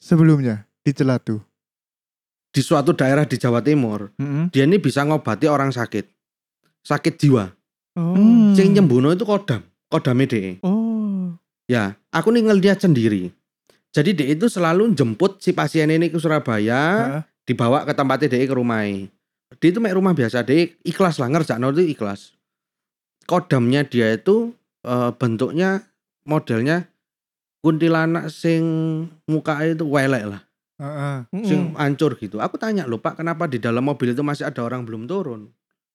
sebelumnya di Celatu. Di suatu daerah di Jawa Timur, dia ini bisa ngobati orang sakit jiwa. Sing nyembuhno itu kodame DE. Ya, aku nih ngeliat sendiri. Jadi DE itu selalu jemput si pasien ini ke Surabaya, dibawa ke tempatnya DE ke rumahnya. Dia itu mek rumah biasa, DE ikhlas lah, ngerjakno itu ikhlas. Kodamnya dia itu bentuknya modelnya kuntilanak sing mukanya itu welek lah. Sing hancur gitu. Aku tanya loh Pak, kenapa di dalam mobil itu masih ada orang belum turun?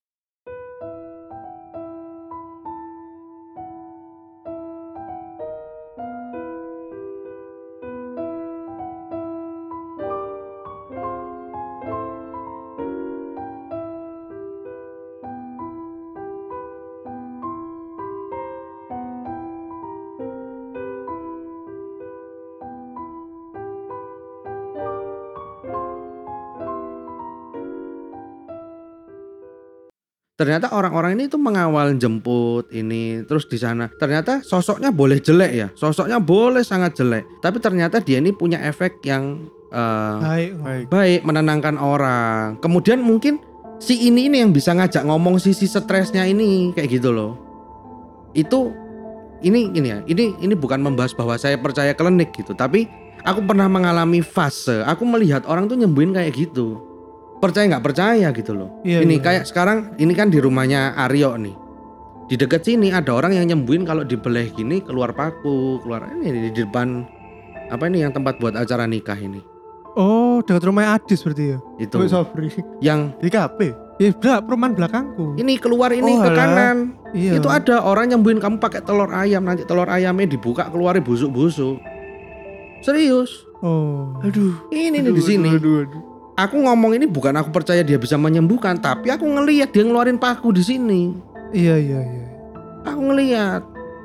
Ternyata orang-orang ini tuh mengawal jemput ini, terus di sana ternyata sosoknya boleh jelek ya, sosoknya boleh sangat jelek, tapi ternyata dia ini punya efek yang baik, menenangkan orang. Kemudian mungkin si ini yang bisa ngajak ngomong sisi stresnya ini kayak gitu loh. Itu ini ya, ini bukan membahas bahwa saya percaya klinik gitu, tapi aku pernah mengalami fase, aku melihat orang tuh nyembuhin kayak gitu. Percaya nggak percaya gitu loh. Ini kayak sekarang ini kan di rumahnya Aryo nih. Di dekat sini ada orang yang nyembuhin kalau dibeleh gini keluar paku, keluar ini di depan apa ini yang tempat buat acara nikah ini. Oh, dekat rumah Adis berarti ya. Itu. Yang di KP. Ya, perumahan belakangku. Ini keluar ini ke kanan. Iya. Itu ada orang nyembuhin kamu pakai telur ayam, nanti telur ayamnya dibuka keluarnya busuk-busuk. Serius. Oh. Aduh. Ini nih di sini. Aduh. Aku ngomong ini bukan aku percaya dia bisa menyembuhkan, tapi aku ngelihat dia ngeluarin paku di sini. Iya. Aku ngelihat.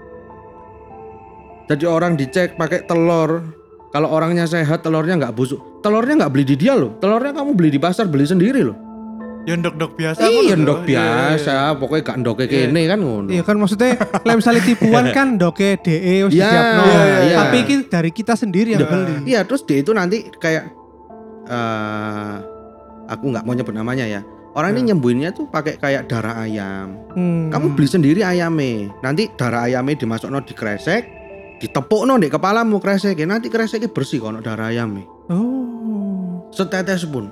Jadi orang dicek pakai telur. Kalau orangnya sehat, telurnya nggak busuk. Telurnya nggak beli di dia loh. Telurnya kamu beli di pasar, beli sendiri loh. Ya ndok biasa. Iya ndok biasa. Pokoknya gak ndoke kene kan ngono. Iya kan maksudnya lem misalnya tipuan kan ndoke DE wis disiapno. Tapi ini dari kita sendiri yang beli. Iya, terus DE itu nanti kayak aku nggak mau nyebut namanya ya. Orang ini nyembuhinnya tuh pakai kayak darah ayam. Kamu beli sendiri ayamnya. Nanti darah ayamnya dimasukno di kresek, ditepukno di kepalamu kreseknya. Nanti kreseknya bersih kalau darah ayamnya. Oh. Setetes pun.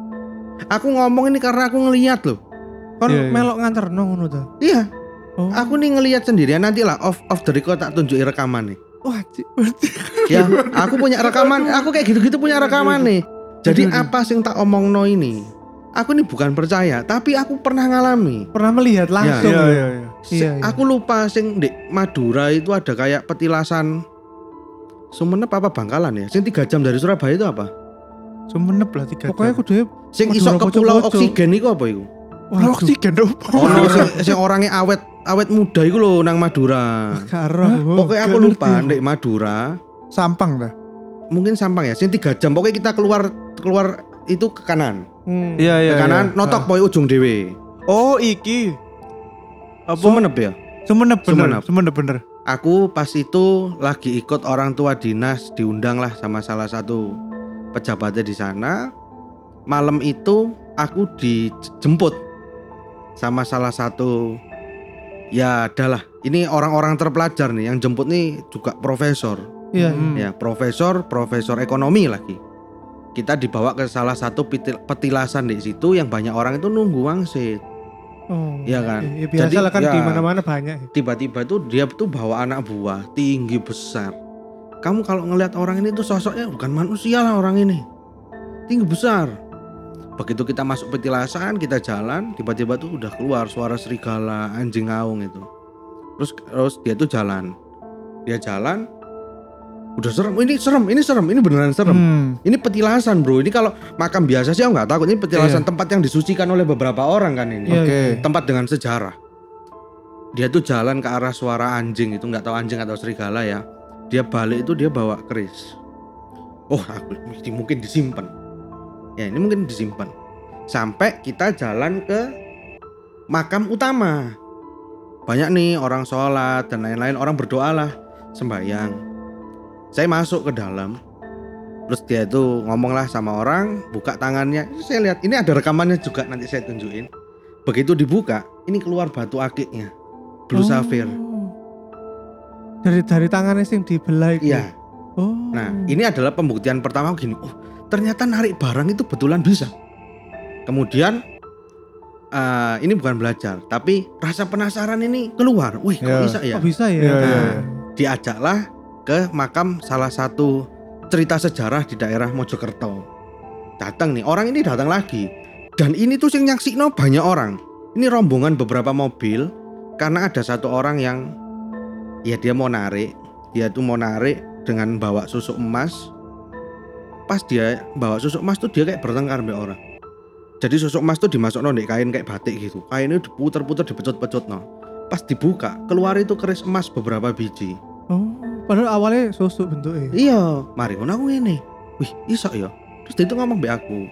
Aku ngomong ini karena aku ngelihat loh. Kon melok nganterno ngono ta? Iya. Oh. Aku nih ngelihat sendirian, nanti lah off the record tak tunjukin rekaman nih. Wah, ya, aku punya rekaman. Aku kayak gitu-gitu punya rekaman nih. Jadi apa sing tak omongno ini? Aku ini bukan percaya, tapi aku pernah ngalami. Pernah melihat langsung. Iya. Aku lupa sing di Madura itu ada kayak petilasan Sumenep apa Bangkalan ya? Sing 3 jam dari Surabaya itu apa? Sumenep lah 3 jam. Pokoknya aku dhewe sing isok ke pulau oksigen iku apa iku? Pulau oksigen opo? Oh, sing orangnya awet muda iku lho nang Madura. Pokoknya aku lupa ndek Madura. Sampang dah. Mungkin Sampang ya. Sing 3 jam pokoknya kita keluar itu ke kanan. Iya. Ke kanan notok poe ujung dhewe. Oh, iki. Apa? Sumenep ya? Sumenep bener. Aku pas itu lagi ikut orang tua dinas, diundang lah sama salah satu pejabatnya di sana. Malam itu aku dijemput sama salah satu, ya adalah ini orang-orang terpelajar nih, yang jemput nih juga profesor. Iya. Ya, profesor ekonomi lagi. Kita dibawa ke salah satu petilasan di situ yang banyak orang itu nunggu wangsit. Oh, ya kan. Ya, biasalah kan di mana-mana banyak. Tiba-tiba tuh dia tuh bawa anak buah tinggi besar. Kamu kalau ngelihat orang ini tuh sosoknya bukan manusia lah orang ini. Tinggi besar. Begitu kita masuk petilasan, kita jalan, tiba-tiba tuh udah keluar suara serigala, anjing ngaung itu. Terus dia tuh jalan. Dia jalan. Udah serem, ini beneran serem. Ini petilasan bro, ini kalau makam biasa sih aku gak takut. Ini petilasan tempat yang disucikan oleh beberapa orang kan ini. Tempat dengan sejarah. Dia tuh jalan ke arah suara anjing itu, gak tahu anjing atau serigala ya. Dia balik itu dia bawa keris. Oh ini mungkin disimpan. Ya ini mungkin disimpan. Sampai kita jalan ke makam utama. Banyak nih orang sholat dan lain-lain, orang berdoa lah, sembahyang. Saya masuk ke dalam. Terus dia itu ngomong lah sama orang, buka tangannya. Terus saya lihat, ini ada rekamannya juga, nanti saya tunjukin. Begitu dibuka, ini keluar batu akiknya, blue sapphire. Dari tangannya sing dibelah itu. Iya. Nah, ini adalah pembuktian pertama gini. Oh, ternyata narik barang itu betulan bisa. Kemudian ini bukan belajar, tapi rasa penasaran ini keluar. Wih, kok bisa ya? Kok bisa ya? Nah, diajaklah ke makam salah satu cerita sejarah di daerah Mojokerto. Datang nih, orang ini datang lagi. Dan ini tuh yang nyaksikno banyak orang. Ini rombongan beberapa mobil, karena ada satu orang yang ya dia mau narik. Dia tuh mau narik dengan bawa susuk emas. Pas dia bawa susuk emas tuh dia kayak bertengkar sama orang. Jadi susuk emas tuh dimasukno di kain kayak batik gitu. Kainnya diputer-puter, dipecut-pecutno. Pas dibuka, keluar itu keris emas beberapa biji. Padahal awalnya susuk bentuknya. Iya, mari ngono aku ngene. Wih, iso ya. Terus dia itu ngomong be aku.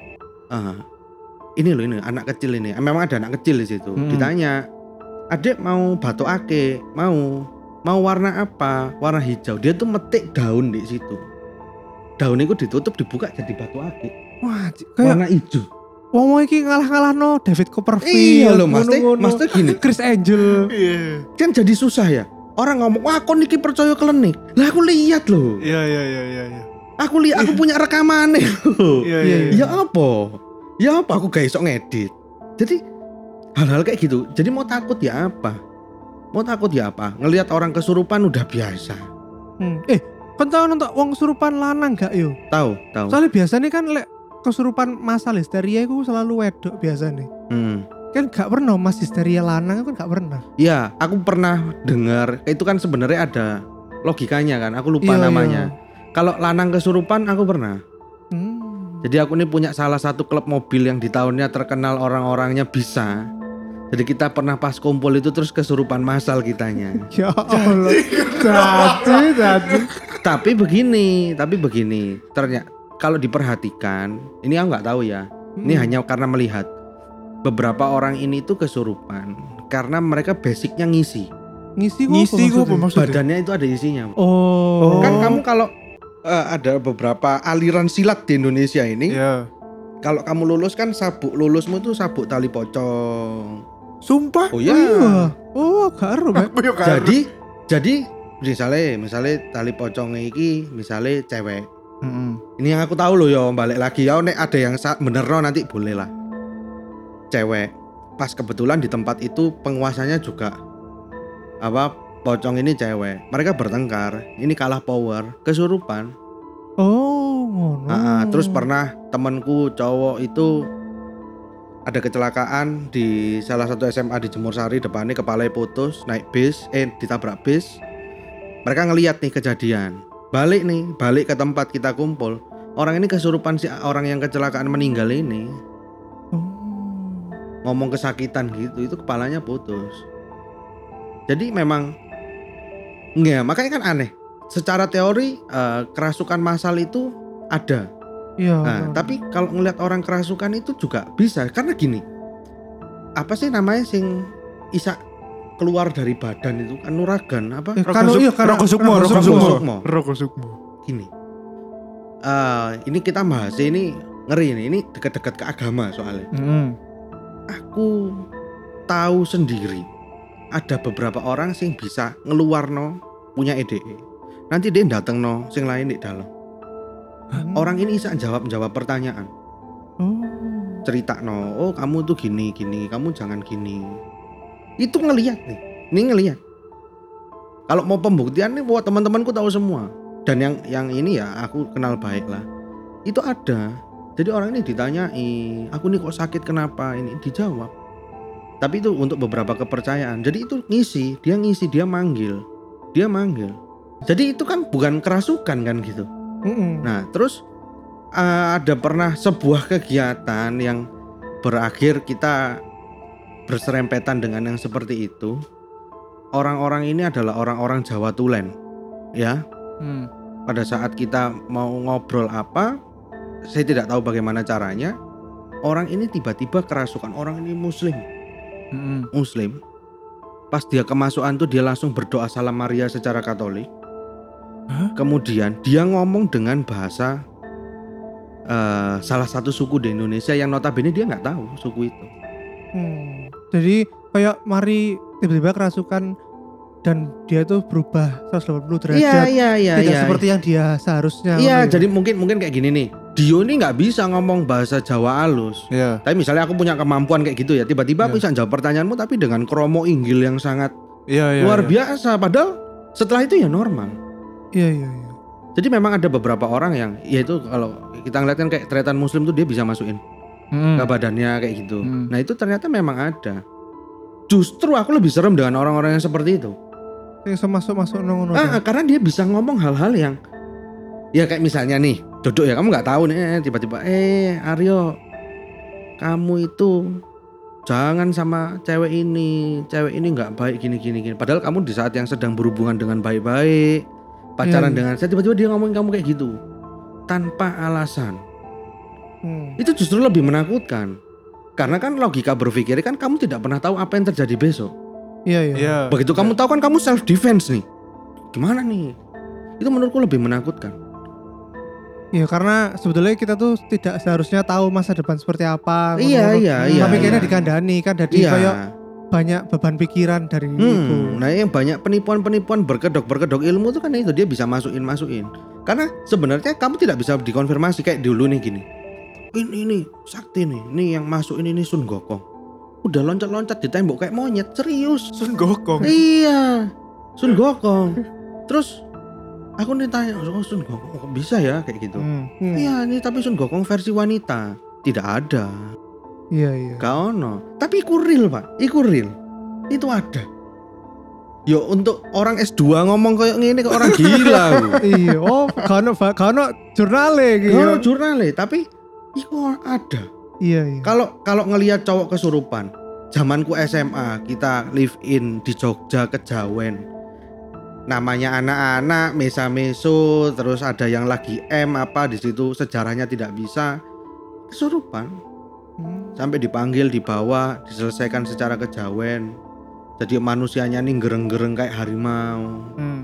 Ini loh, ini anak kecil ini. Memang ada anak kecil di situ. Ditanya, "Adik mau batu ake? Mau warna apa?" Warna hijau. Dia tuh metik daun di situ. Daun itu ditutup, dibuka jadi batu ake. Wah, kayak warna hijau. Wong iki ngalah-ngalahno David Copperfield. Iya loh, Mas gini. Chris Angel. Iya. Kan jadi susah ya. Orang ngomong, "Wah, kon iki percaya klenik." Lah aku lihat loh. Iya. Aku lihat, aku punya rekamannya loh. Iya. Ya apa aku gak iso ngedit. Jadi hal-hal kayak gitu. Jadi mau takut ya apa? Ngelihat orang kesurupan udah biasa. Kan tau nonton wong kesurupan lanang gak yo? Tahu. Soalnya biasanya kan lek kesurupan masal histeria itu selalu wedok biasanya. Kan gak pernah mas histeria lanang kan gak pernah. Iya, aku pernah dengar. Itu kan sebenarnya ada logikanya kan. Aku lupa namanya. Kalau lanang kesurupan aku pernah. Jadi aku ini punya salah satu klub mobil yang di tahunnya terkenal orang-orangnya bisa. Jadi kita pernah pas kumpul itu terus kesurupan masal kitanya. Ya Allah. Jadi. Tapi begini. Ternyata kalau diperhatikan, ini aku nggak tahu ya. Ini hanya karena melihat beberapa orang ini tuh kesurupan karena mereka basicnya ngisi kok apa maksudnya? Badannya itu ada isinya. Kan kamu kalau ada beberapa aliran silat di Indonesia ini. Iya. Kalau kamu lulus kan sabuk lulusmu itu sabuk tali pocong. Sumpah? Oh iya. Karo. Jadi misalnya tali pocongnya iki misalnya cewek. Ini yang aku tahu loh ya, balik lagi ya, nek ada yang bener no, nanti boleh lah. Cewek, pas kebetulan di tempat itu penguasanya juga pocong ini cewek. Mereka bertengkar, ini kalah power, kesurupan. Terus pernah temanku cowok itu ada kecelakaan di salah satu SMA di Jemur Sari, depannya kepalanya putus, naik bis, ditabrak bis. Mereka ngelihat nih kejadian. Balik ke tempat kita kumpul. Orang ini kesurupan si orang yang kecelakaan meninggal ini. Ngomong kesakitan gitu, itu kepalanya putus. Jadi memang enggak, makanya kan aneh. Secara teori kerasukan massal itu ada. Iya. Tapi kalau ngelihat orang kerasukan itu juga bisa. Karena gini. Apa sih namanya sing isa keluar dari badan itu kan nuragan apa? Roko Sukmo. Gini. Ini kita bahas ini ngeri ini dekat-dekat ke agama soalnya. Aku tahu sendiri ada beberapa orang sing bisa ngeluarno punya ide. Nanti dia dateng sing lain di dalam. Orang ini bisa jawab pertanyaan. Cerita oh kamu tuh gini, kamu jangan gini. Itu ngelihat nih. Ini ngelihat. Kalau mau pembuktian nih buat teman-temanku tahu semua. Dan yang ini ya aku kenal baik lah. Itu ada. Jadi orang ini ditanyai, aku nih kok sakit kenapa? Ini dijawab. Tapi itu untuk beberapa kepercayaan. Jadi itu dia manggil. Jadi itu kan bukan kerasukan kan gitu. Nah, terus ada pernah sebuah kegiatan yang berakhir kita berserempetan dengan yang seperti itu. Orang-orang ini adalah orang-orang Jawa Tulen, ya. Pada saat kita mau ngobrol apa, saya tidak tahu bagaimana caranya. Orang ini tiba-tiba kerasukan. Orang ini Muslim. Pas dia kemasukan tuh dia langsung berdoa Salam Maria secara Katolik. Kemudian dia ngomong dengan bahasa salah satu suku di Indonesia yang notabene dia nggak tahu suku itu. Jadi kayak mari tiba-tiba kerasukan dan dia tuh berubah 180 derajat. Iya. Tidak seperti yang dia seharusnya. Iya, jadi mungkin kayak gini nih. Dio ini nggak bisa ngomong bahasa Jawa halus. Iya. Tapi misalnya aku punya kemampuan kayak gitu ya, tiba-tiba aku bisa jawab pertanyaanmu tapi dengan kromo inggil yang sangat luar biasa. Padahal setelah itu ya normal. Iya. Jadi memang ada beberapa orang yang, ya itu kalau kita ngeliat kan kayak tretan muslim tuh dia bisa masukin ke badannya kayak gitu. Nah itu ternyata memang ada. Justru aku lebih serem dengan orang-orang yang seperti itu. Yang masuk ngono. Karena dia bisa ngomong hal-hal yang, ya kayak misalnya nih, Dodok ya kamu nggak tahu nih, tiba-tiba Aryo, kamu itu jangan sama cewek ini nggak baik gini. Padahal kamu di saat yang sedang berhubungan dengan baik-baik, pacaran dengan saya, tiba-tiba dia ngomongin kamu kayak gitu tanpa alasan. Itu justru lebih menakutkan. Karena kan logika berpikir kan kamu tidak pernah tahu apa yang terjadi besok. Iya. Begitu kamu tahu kan kamu self defense nih. Gimana nih? Itu menurutku lebih menakutkan. Iya, karena sebetulnya kita tuh tidak seharusnya tahu masa depan seperti apa. Iya. Tapi kayaknya dikandani kan, jadi kayak banyak beban pikiran dari itu. Nah yang banyak penipuan berkedok ilmu tuh kan itu dia bisa masukin. Karena sebenarnya kamu tidak bisa dikonfirmasi kayak dulu nih gini. Ini sakti nih yang masukin ini Sun Gokong. Udah loncat-loncat di tembok kayak monyet, serius. Sun Gokong. Iya, Sun Gokong. Terus aku nih tanya, Sun Gokong kok bisa ya kayak gitu? Iya, ini tapi Sun Gokong versi wanita tidak ada. Iya. Gak ono. Tapi iku real Pak, itu ada. Yo untuk orang S2 ngomong kayak gini ke orang gila. Iya, kano jurnale gitu. Kano jurnale, tapi iku ada. Iya. Kalau ngelihat cowok kesurupan, zamanku SMA kita live in di Jogja Kejawen. Namanya anak-anak mesa-meso, terus ada yang lagi di situ sejarahnya tidak bisa kesurupan. Sampai dipanggil, dibawa, diselesaikan secara kejawen. Jadi manusianya nih gereng-gereng kayak harimau.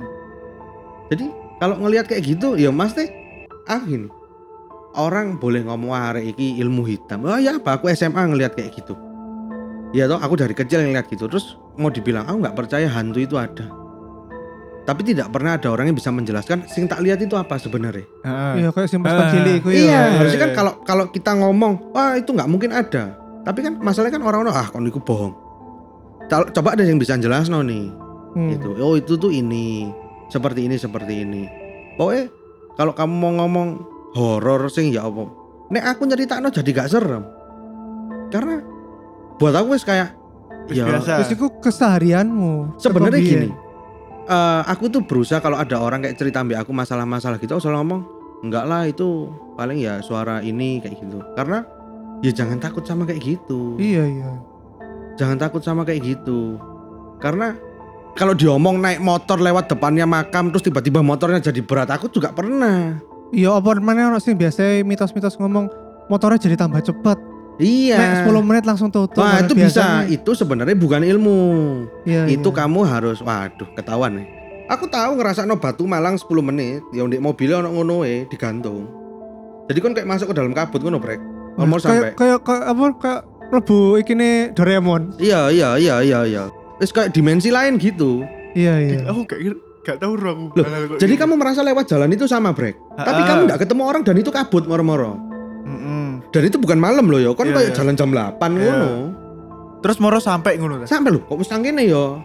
Jadi kalau ngelihat kayak gitu, ya mas teh, gini. Orang boleh ngomong hari iki ilmu hitam. Oh ya apa, aku SMA ngelihat kayak gitu. Ya toh aku dari kecil ngelihat gitu. Terus mau dibilang aku nggak percaya hantu itu ada. Tapi tidak pernah ada orang yang bisa menjelaskan sing tak lihat itu apa sebenarnya. Iya kayak simpul cilik itu ya. Iya, harusnya kan kalau kita ngomong, wah itu nggak mungkin ada. Tapi kan masalahnya kan orang-orang kon iku bohong. Coba ada yang bisa jelas nih. Gitu. Oh itu tuh ini, seperti ini. Pokoknya kalau kamu mau ngomong horor sing ya apa? Nek aku nyeritakno jadi gak serem. Karena buat aku wis kayak biasa. Wis iku keseharianmu. Sebenarnya gini. Aku tuh berusaha kalau ada orang kayak cerita mbak aku masalah-masalah gitu, aku selalu ngomong enggak lah itu paling ya suara ini kayak gitu. Karena ya jangan takut sama kayak gitu. Iya. Jangan takut sama kayak gitu. Karena kalau diomong naik motor lewat depannya makam terus tiba-tiba motornya jadi berat, aku juga pernah. Iya, apa mana orang sih biasa mitos-mitos ngomong motornya jadi tambah cepat. Iya. Naik 10 menit langsung tutup. Wah itu bisa. Itu sebenarnya bukan ilmu. Iya, itu kamu harus, waduh ketahuan nih. Aku tahu ngerasakno Batu Malang 10 menit, yang di mobilnya ono ngono digantung. Jadi kan kayak masuk ke dalam kabut ngono brek. Nomor sampai. Kayak lebu ikine Doraemon. Iya. Terus kayak dimensi lain gitu. Iya. Aku gak tahu aku. Loh, jadi kamu merasa lewat jalan itu sama brek. Tapi kamu gak ketemu orang dan itu kabut moro-moro. Dan itu bukan malam loh ya, kan kayak jalan jam 8 ngono. Terus moro sampai ngono ta? Sampai loh, kok wis nang kene ya.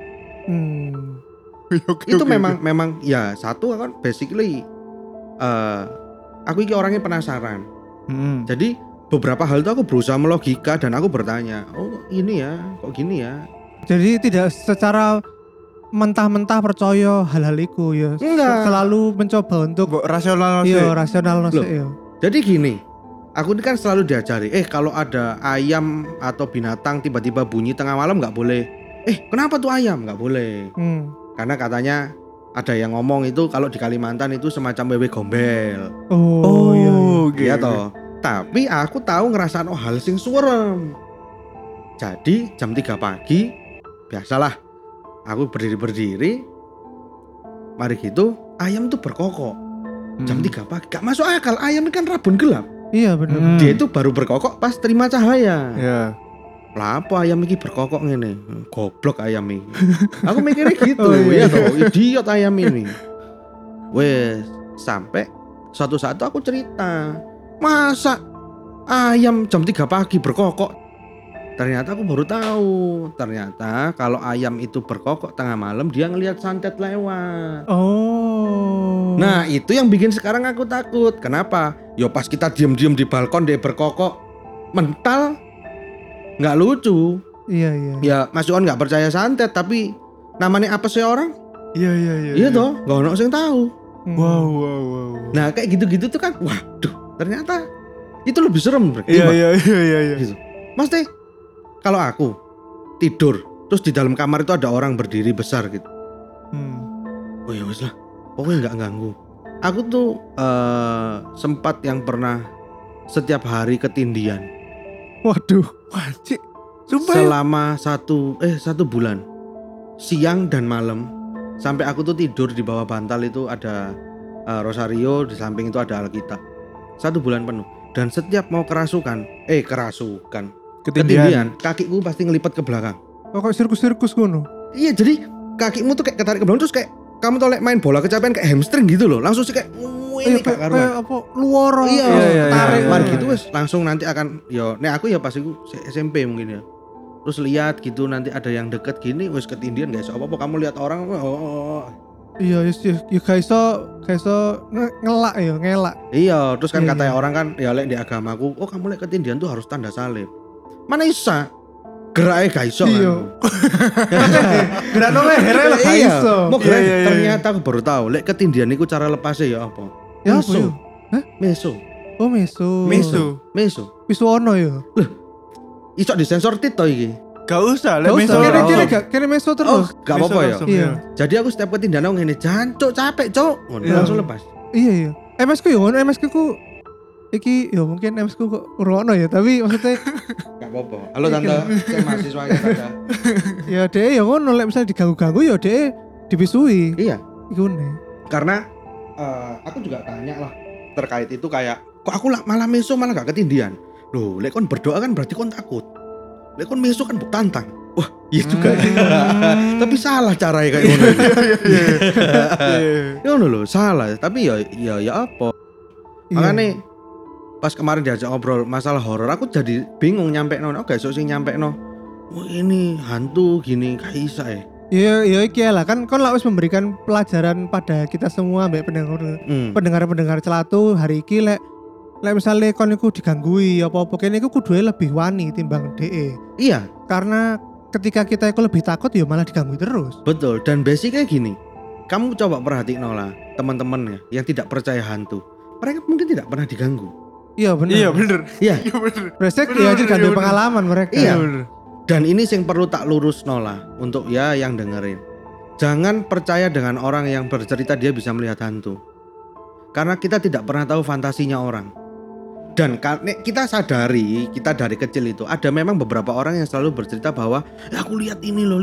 Itu memang ya satu kan basically aku iki orangnya penasaran. Jadi beberapa hal itu aku berusaha melogika dan aku bertanya, oh ini ya, kok gini ya. Jadi tidak secara mentah-mentah percaya hal-hal itu ya. Enggak. Selalu mencoba untuk rasional sih. Iya, rasional sih ya. Jadi gini, aku ini kan selalu diajari, kalau ada ayam atau binatang tiba-tiba bunyi tengah malam nggak boleh. Kenapa tuh ayam? Nggak boleh. Karena katanya ada yang ngomong itu kalau di Kalimantan itu semacam wewe gombel. Oh iya toh. Tapi aku tahu ngerasain hal sing suwerem. Jadi jam 3 pagi, biasalah. Aku berdiri, mari gitu ayam tuh berkokok. Jam 3 pagi. Gak masuk akal, ayam ini kan rabun gelap. Iya bener. Dia itu baru berkokok pas terima cahaya. Iya. Lah apa ayam ini berkokok ngene? Goblok ayam ini. Aku mikirnya gitu. Ya toh, idiot ayam ini. Wes, sampai suatu saat aku cerita, masa ayam jam 3 pagi berkokok? Ternyata aku baru tahu. Ternyata kalau ayam itu berkokok tengah malam, dia ngelihat santet lewat. Oh. Nah itu yang bikin sekarang aku takut. Kenapa? Yo pas kita diem-diem di balkon dia berkokok mental, nggak lucu. Iya. Ya Mas Iwan nggak percaya santet, tapi namanya apa sih orang? Iya. Iya toh, nggak ono sing tahu. Wow. Nah kayak gitu-gitu tuh kan, waduh, ternyata itu lebih serem. Iya. Gitu. Mas Teh, kalau aku tidur terus di dalam kamar itu ada orang berdiri besar gitu. Oh ya wes lah, pokoknya nggak ganggu. Aku tuh sempat yang pernah setiap hari ketindian. Waduh. Wajib. Sumpah. Selama satu bulan, siang dan malam, sampai aku tuh tidur di bawah bantal itu ada rosario, di samping itu ada Alkitab. 1 bulan penuh. Dan setiap mau kerasukan, ketindian, kakiku pasti ngelipat ke belakang. Oh kayak sirkus-sirkus ngono. Iya, jadi kakimu tuh kayak ketarik ke belakang, terus kayak kamu tuh main bola kecapean kayak hamstring gitu loh. Langsung sih kayak ini gak karuan. Kayak apa luar. Iya. Tarik. Mari gitu wes langsung nanti akan aku ya pas itu SMP mungkin ya. Terus lihat gitu nanti ada yang deket gini wes ketindian guys. Apa kamu lihat orang Iya, ya kaiso ngelak. Iya, terus kan Iya, katanya iya. orang kan ya lek di agamaku, kamu lek ketindian tuh harus tanda salib. Mana isa? Geraknya gak iso Iya. kan. Gerak leher lah kaiso. Mau gerak Iya. ternyata aku baru tahu lek ketindian iku cara lepasnya ya apa? Ya apa Meso. yo? Meso. Oh meso. Meso. Wisuwono yo. Iso disensor tit to iki. Gak usah. Gak usah. Meso. Kira meso terus. Gak apa-apa ya. langsung, Iya. Jadi aku setiap ketindian aku ngene, jancuk capek, Cuk. Ngono Iya. langsung lepas. Iya. MS ku yo ngono, MS ku iki yo mungkin MS ku kok urono ya, tapi maksudnya Gak apa-apa. Halo tante, saya mahasiswa ya tante. ya dhek yo ngono lek misalnya diganggu-ganggu yo dhek dipisui. Iya. Iku ne. Karena aku juga tanya lah terkait itu kayak kok aku malah meso malah gak ketindian. Loh, lek kon berdoa kan berarti kon takut. Lek kon meso kan buk tantang. Wah, iya juga. Tapi salah caranya kayak ngono. Ya ngono lho, salah. Tapi ya apa? Makanya pas kemarin diajak ngobrol masalah horor, aku jadi bingung nyampe no. Gak iso sing nyampe no. Oh, ini hantu gini gak bisa ya. Ya iki lah kan kon lak wis memberikan pelajaran pada kita semua mbek pendengar-pendengar celatu hari iki lek misalnya kon iku diganggui apa-apa kene iku kudu lebih wani timbang DE. Iya, Karena ketika kita iku lebih takut ya malah diganggu terus. betul. Dan basicnya gini, kamu coba perhatiin lah teman-teman ya yang tidak percaya hantu. Mereka mungkin tidak pernah diganggu. Iya bener. Iya bener. Iya. Resek Bener, ya jadi gak ada iya, bener. pengalaman mereka. Iya. Bener. Dan ini yang perlu tak lurus nola untuk ya yang dengerin. Jangan percaya dengan orang yang bercerita dia bisa melihat hantu. Karena kita tidak pernah tahu fantasinya orang. Dan kita sadari, kita dari kecil itu ada memang beberapa orang yang selalu bercerita bahwa aku lihat ini loh.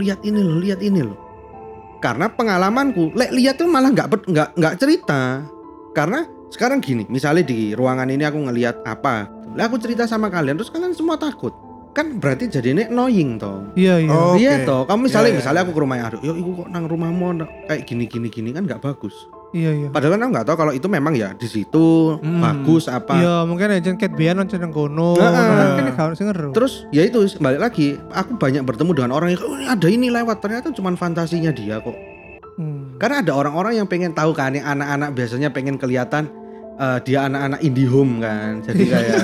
Karena pengalamanku, lihat tuh malah nggak cerita. Karena sekarang gini, misalnya di ruangan ini aku ngelihat apa, aku cerita sama kalian, terus kalian semua takut. Kan berarti jadinya annoying toh. Iya. Oh. Iya Oke. toh. Kamu misalnya Iya. misalnya aku ke rumah Aduh, yo iku kok nang rumahmu kayak gini kan nggak bagus. Iya. Padahal kan aku nggak tahu kalau itu memang ya di situ bagus apa. Iya mungkin aja ket biyen nang jeneng kono. Heeh. Kan gak sing ngeru. Terus ya itu balik lagi, aku banyak bertemu dengan orang yang ini ada ini lewat, ternyata cuma fantasinya dia kok. Karena ada orang-orang yang pengen tahu kan, yang anak-anak biasanya pengen kelihatan dia anak-anak indie home kan, jadi kayak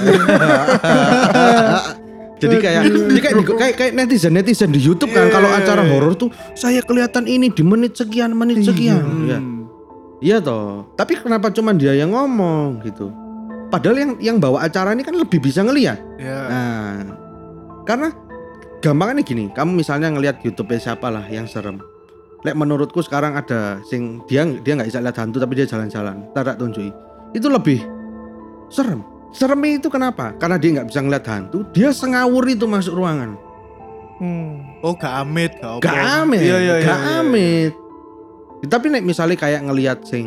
jadi kayak netizen di YouTube kan, kalau acara horor tuh saya kelihatan ini di menit sekian. Ya. Iya toh. Tapi kenapa cuma dia yang ngomong gitu? Padahal yang bawa acara ini kan lebih bisa ngelihat. Iya. Nah, karena gampangnya gini, kamu misalnya ngelihat YouTube siapa lah yang serem. Lek menurutku sekarang ada sing dia nggak bisa lihat hantu tapi dia jalan-jalan. Tak tunjuki. Itu lebih serem. Seremnya itu kenapa? Karena dia nggak bisa ngeliat hantu, dia sengawur itu masuk ruangan. Oh gak amit, Gak amit, Iya. gak amit. Tapi nek misalnya kayak ngelihat sing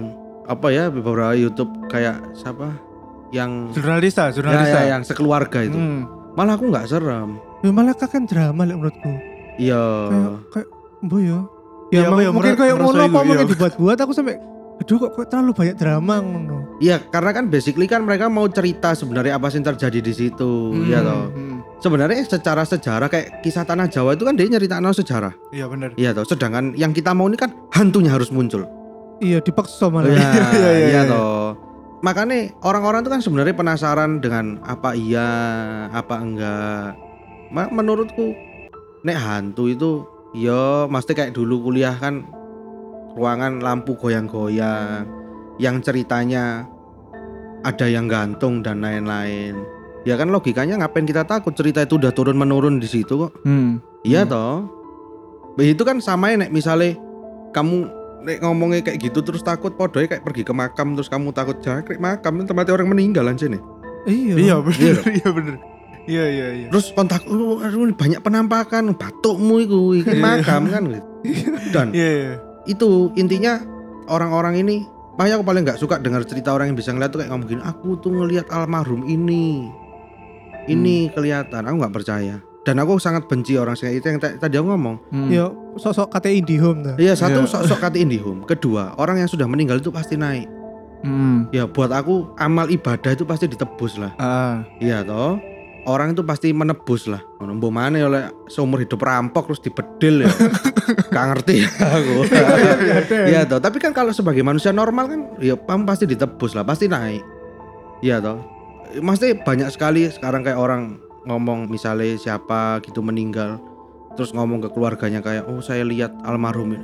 apa ya beberapa YouTube kayak siapa yang Jurnalis ya, ah. yang sekeluarga itu. Malah aku nggak serem. Ya malah kan drama lek menurutku. Iya. Kayak mbok ya. Iya, aku ya mungkin kayak ngono merasa apa itu, mungkin iya. dibuat-buat aku sampai aduh kok terlalu banyak drama ngono. Iya, karena kan basically kan mereka mau cerita sebenarnya apa sih yang terjadi di situ, ya toh. Sebenarnya secara sejarah kayak kisah Tanah Jawa itu kan dia nyeritain sejarah. Iya benar. Iya toh. Sedangkan yang kita mau ini kan hantunya harus muncul. Iya dipaksa malah. Iya toh. Makanya orang-orang itu kan sebenarnya penasaran dengan apa iya, apa enggak. Menurutku nek hantu itu ya mesti kayak dulu kuliah kan ruangan lampu goyang-goyang yang ceritanya ada yang gantung dan lain-lain. Ya kan logikanya ngapain kita takut, cerita itu udah turun menurun di situ kok. Iya toh. Itu kan sama nek misalnya kamu nek ngomongnya kayak gitu terus takut podoy kayak pergi ke makam terus kamu takut jangkrik makam tempat orang meninggal aja nih. Iya benar. Iya benar. Iya. Terus kontak banyak penampakan batukmu itu makam kan gitu. Dan itu intinya orang-orang ini makanya aku paling nggak suka dengar cerita orang yang bisa ngeliat tuh kayak ngomong gini, aku tuh ngelihat almarhum ini kelihatan, aku nggak percaya. Dan aku sangat benci orang kayak itu yang tadi aku ngomong. Ya sosok kata IndiHome tuh. Iya satu sosok kata IndiHome. Kedua orang yang sudah meninggal itu pasti naik. Ya buat aku amal ibadah itu pasti ditebus lah. Iya toh. Orang itu pasti menebus lah. Mbok mana oleh seumur hidup rampok terus dibedil ya. Gak ngerti aku. Iya toh. Tapi kan kalau sebagai manusia normal kan ya kamu pasti ditebus lah, pasti naik. Iya toh. Mesti banyak sekali sekarang kayak orang ngomong misalnya siapa gitu meninggal terus ngomong ke keluarganya kayak oh saya lihat almarhum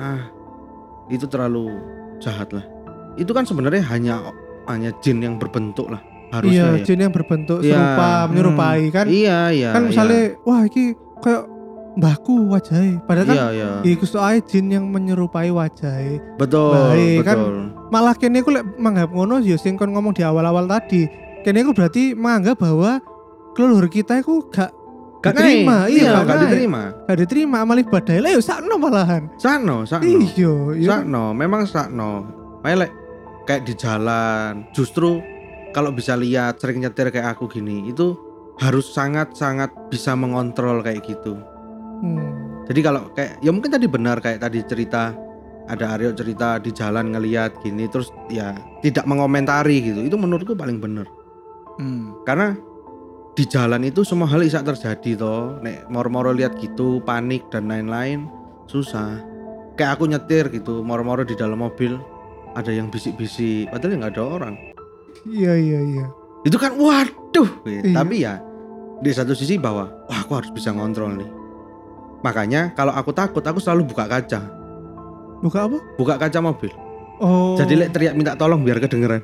itu terlalu jahat lah. Itu kan sebenarnya hanya jin yang berbentuk lah harusnya. Iya, jin yang berbentuk serupa menyerupai kan. Iya. Kan misalnya wah iki kayak mbahku wajahnya padahal kan iku soalnya jin yang menyerupai wajahnya. Betul. Kan malah kene aku lek manggap ngono ya sing kon ngomong di awal-awal tadi. Kene aku berarti menganggap bahwa leluhur kita itu gak diterima. Iya, gak diterima. Gak diterima amal ibadah. Lah yo sakno malahan. Sakno. Iya. Sakno, memang sakno. Melek kayak di jalan. Justru kalau bisa lihat sering nyetir kayak aku gini, itu harus sangat-sangat bisa mengontrol kayak gitu. Jadi kalau kayak ya mungkin tadi benar kayak tadi cerita ada Aryo cerita di jalan ngelihat gini terus ya tidak mengomentari gitu. Itu menurutku paling benar. Karena di jalan itu semua hal bisa terjadi toh. Nek moro-moro lihat gitu panik dan lain-lain susah. Kayak aku nyetir gitu moro-moro di dalam mobil ada yang bisik-bisik padahal nggak ada orang. Iya. Itu kan waduh. Tapi ya di satu sisi bahwa wah aku harus bisa ngontrol nih. Makanya kalau aku takut aku selalu buka kaca. Buka apa? Buka kaca mobil. Oh. Jadi lek teriak minta tolong biar kedengeran.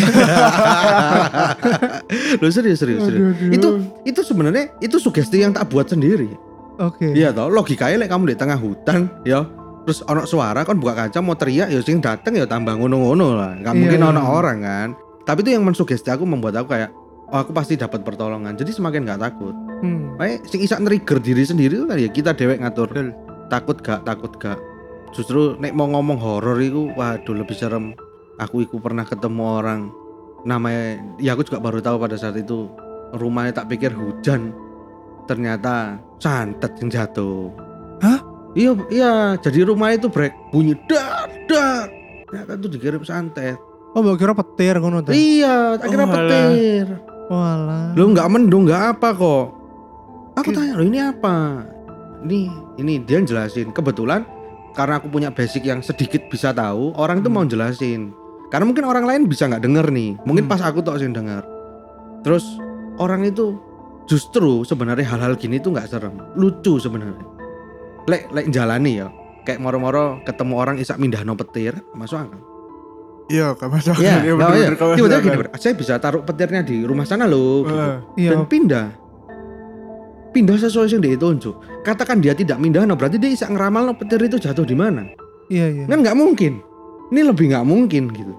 Loh serius. Itu sebenarnya itu sugesti yang tak buat sendiri. Oke. Iya toh, logikanya lek kamu di tengah hutan, ya terus ono suara kan buka kaca mau teriak ya sing dateng ya tambah ngono-ngono lah. Enggak mungkin ono orang kan. Tapi itu yang mensugesti aku membuat aku kayak oh aku pasti dapat pertolongan. Jadi semakin enggak takut. Kayak sing isak trigger diri sendiri itu kan ya kita dewek ngatur. Takut gak. Justru nek mau ngomong horor itu waduh lebih serem. Aku pernah ketemu orang namanya ya aku juga baru tahu pada saat itu rumahnya tak pikir hujan ternyata santet yang jatuh. Hah? Iya jadi rumah itu bunyi dar ternyata itu dikirim santet. Oh mbak kira petir ngono ta? Iya tak kira petir. Walah. Lo nggak mendung nggak apa kok. Aku tanya lo ini apa? Ini dia jelasin kebetulan karena aku punya basic yang sedikit bisa tahu, orang itu mau jelasin. Karena mungkin orang lain bisa nggak denger nih, mungkin pas aku tok sing denger. Terus orang itu justru sebenarnya hal-hal gini tuh nggak serem, lucu sebenarnya. Lek jalani ya, kayak moro-moro ketemu orang isak mindahno petir, masuk akal. Iya, gak masuk akal. Iya, bener-bener gak masuk tiba-tiba akal. gini, saya bisa taruh petirnya di rumah sana loh, gitu. Iya. Dan pindah sesuai yang dia tunjuk. Katakan dia tidak pindah, berarti dia bisa ngeramal petir itu jatuh di mana? Iya. Kan nggak mungkin. Ini lebih nggak mungkin gitu.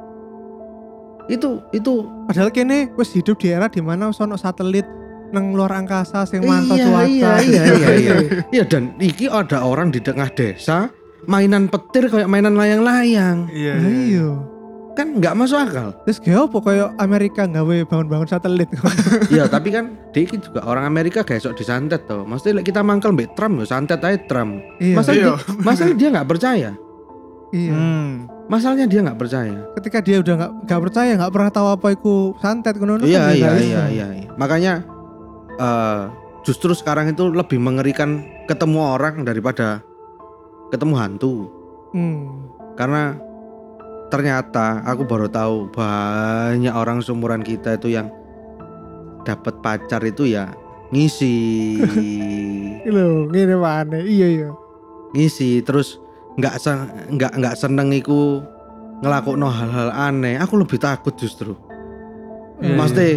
Itu. Padahal kene wis hidup di era di mana ono satelit nang luar angkasa sing mantau cuaca. Iya dan iki ada orang di tengah desa mainan petir kayak mainan layang-layang. Iya. Kan nggak masuk akal. Terus kayak apa kayak Amerika gawe bangun-bangun satelit. Iya, tapi kan dia juga orang Amerika gak esok disantet toh. Maksudnya kita mangkel mbek Trump yo santet aja Trump. Iya. Masalah dia nggak percaya. Iya. Masalahnya dia nggak percaya. Ketika dia udah nggak percaya, nggak pernah tahu apa itu santet ngono. Iya. Makanya justru sekarang itu lebih mengerikan ketemu orang daripada ketemu hantu. Karena ternyata aku baru tahu banyak orang seumuran kita itu yang dapat pacar itu ya ngisi. Lho, ngene mana? Iya. Ngisi terus nggak seneng iku ngelakokno hal-hal aneh. Aku lebih takut justru. Maksudnya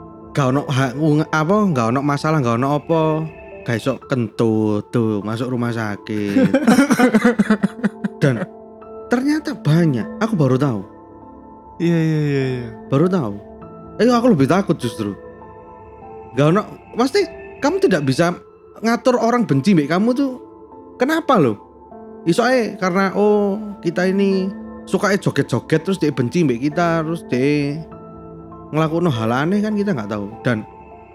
gak ono masalah, gak ono apa, gak iso kentut tuh masuk rumah sakit. Dan ternyata banyak. Aku baru tahu. Iya. Baru tahu. Aku lebih takut justru. Gak ono, pasti kamu tidak bisa ngatur orang benci mbek kamu tuh. Kenapa lo? Isoe karena kita ini suka joget-joget terus dia benci mbek kita, terus dia ngelakuin hal aneh kan kita nggak tahu. Dan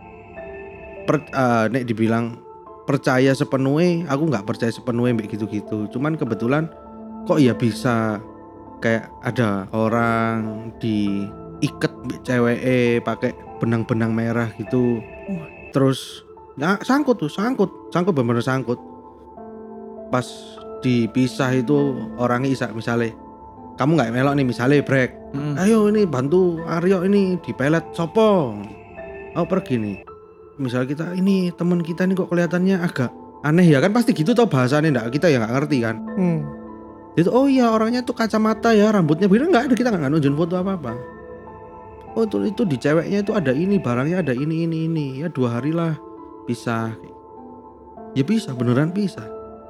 nek dibilang percaya sepenuhnya, aku nggak percaya sepenuhnya mbek gitu-gitu. Cuman kebetulan kok ya bisa kayak ada orang diikat mbek cewek pakai benang-benang merah gitu. Terus sangkut bener-bener sangkut. Pas dipisah itu orangnya Isa misalnya kamu nggak melok nih misalnya break, ayo ini bantu Aryo ini dipelet sopo, pergi nih. Misal kita ini teman kita nih kok kelihatannya agak aneh ya kan pasti gitu tau bahasanya kita ya nggak ngerti kan. Itu iya orangnya tuh kacamata ya rambutnya begini nggak ada kita nggak nunjukin foto apa. Itu di ceweknya itu ada ini barangnya ada ini ya 2 hari lah pisah. Ya bisa beneran pisah.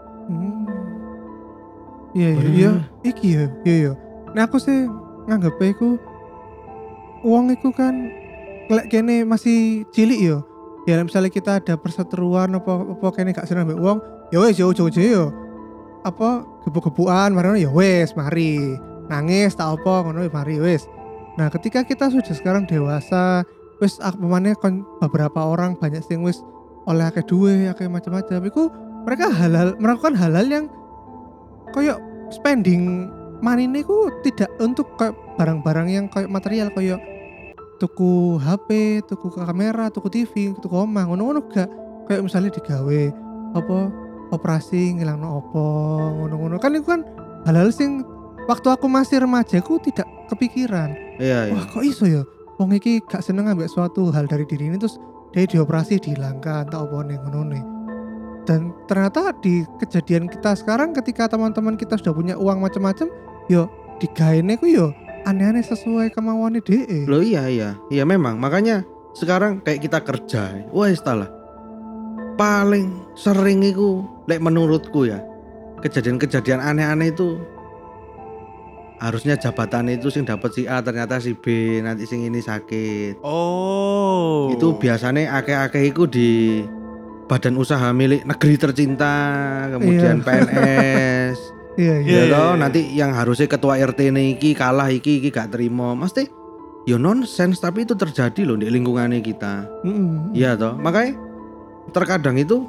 Iya. Iya. Nah aku sih nganggep iku uang iku kan lek kene masih cilik yo. Ya misalnya kita ada perseteruan apa kene gak seneng mbek uang, ya wis yo ojo yo. Apa gebuk-gebukan marane ya wis mari. Nangis tak apa ngono mari wis. Nah, ketika kita sudah sekarang dewasa, wis pemane beberapa orang banyak sing wis oleh akeh duwe, akeh macam-macam. Iku mereka melakukan hal-hal yang kayak spending money ini ku tidak untuk kayak barang-barang yang kayak material kayak tuku HP, tuku kamera, tuku TV, tuku omah, ngono-ngono gak kayak misalnya digawe apa operasi ngilangno apa, ngono-ngono kan itu kan hal-hal sing waktu aku masih remaja aku tidak kepikiran. Iya. Wah kok iso ya wong iki gak seneng ambek suatu hal dari diri ini terus dia dioperasi dihilangkan tak apa ning ngono nih. Dan ternyata di kejadian kita sekarang ketika teman-teman kita sudah punya uang macam-macam, yo digaene ku yo aneh-aneh sesuai kemauannya DE. Loh iya memang makanya sekarang kayak kita kerja, wah istilah paling sering itu, lek menurutku ya kejadian-kejadian aneh-aneh itu harusnya jabatan itu sing dapat si A ternyata si B nanti sing ini sakit. Itu biasanya akeh-akeh itu di badan usaha milik negeri tercinta, kemudian PNS. Iya. Nanti yang harusnya ketua RT iki kalah iki gak terima. Mesti yo nonsense tapi itu terjadi loh di lingkungannya kita. Iya toh. Makanya terkadang itu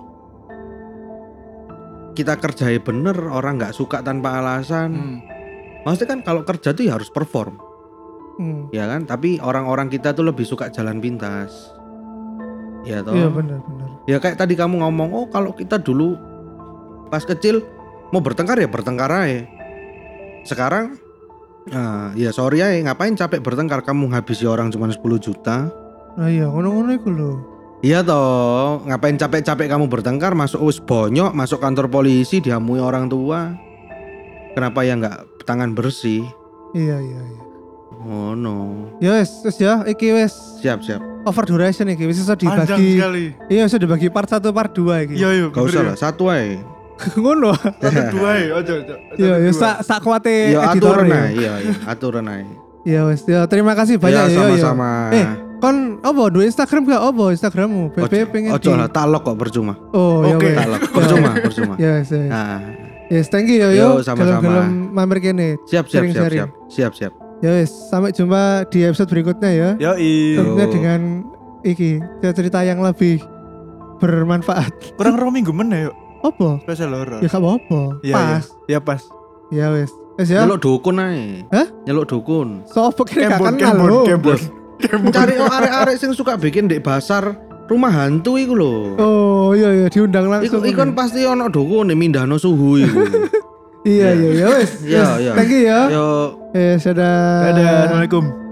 kita kerjain bener orang nggak suka tanpa alasan. Maksudnya kan kalau kerja tuh ya harus perform. Ya kan? Tapi orang-orang kita tuh lebih suka jalan pintas. Ya toh. Iya benar. Ya kayak tadi kamu ngomong, kalau kita dulu pas kecil mau bertengkar ya bertengkar aja. Sekarang ya sorry ya ngapain capek bertengkar, kamu habisi orang cuma 10 juta. Nah iya ngono-ngono iku lho. Iya toh, ngapain capek-capek kamu bertengkar, masuk bonyok, masuk kantor polisi diamui orang tua. Kenapa ya nggak tangan bersih? Iya. Oh no. Ya wes ya, iki wes. Siap. Over duration iki wis iso dibagi. Iya, iso dibagi part 1 part 2 iki. Iya. Gak usah lah, satu ae. Ngono. Satu ae, ojo. Iya, sak kuate editor. Iya, aturan ae. Ya wes, ya terima kasih banyak ya. Sama-sama. Kon opo duwe Instagram gak opo Instagrammu? PP pengen ojo lah, talok kok percuma. Oh, ya wes. Talok percuma. Ya wes. Nah. Yes, thank you yo. Sama-sama. Gelem mampir kene. Siap. Ya wis, sampai jumpa di episode berikutnya ya. Yoi. Tentunya dengan cerita yang lebih bermanfaat. Kurang rong minggu meneh yuk. Apa? Spesial horor. Ya gak apa-apa. Iya, Pas. Ya pas. Ya wis. Wis ya. Nyeluk dukun ae. Hah? Nyeluk dukun. Sopo kira gak kenal lho. Cari arek-arek sing suka bikin di pasar rumah hantu iku lho. Oh iya diundang langsung. Iku kan pasti ono dukun mindahno suhu iku. Iya wis. Iya. Thank you ya. Yo. Sudah. Dadah, assalamualaikum.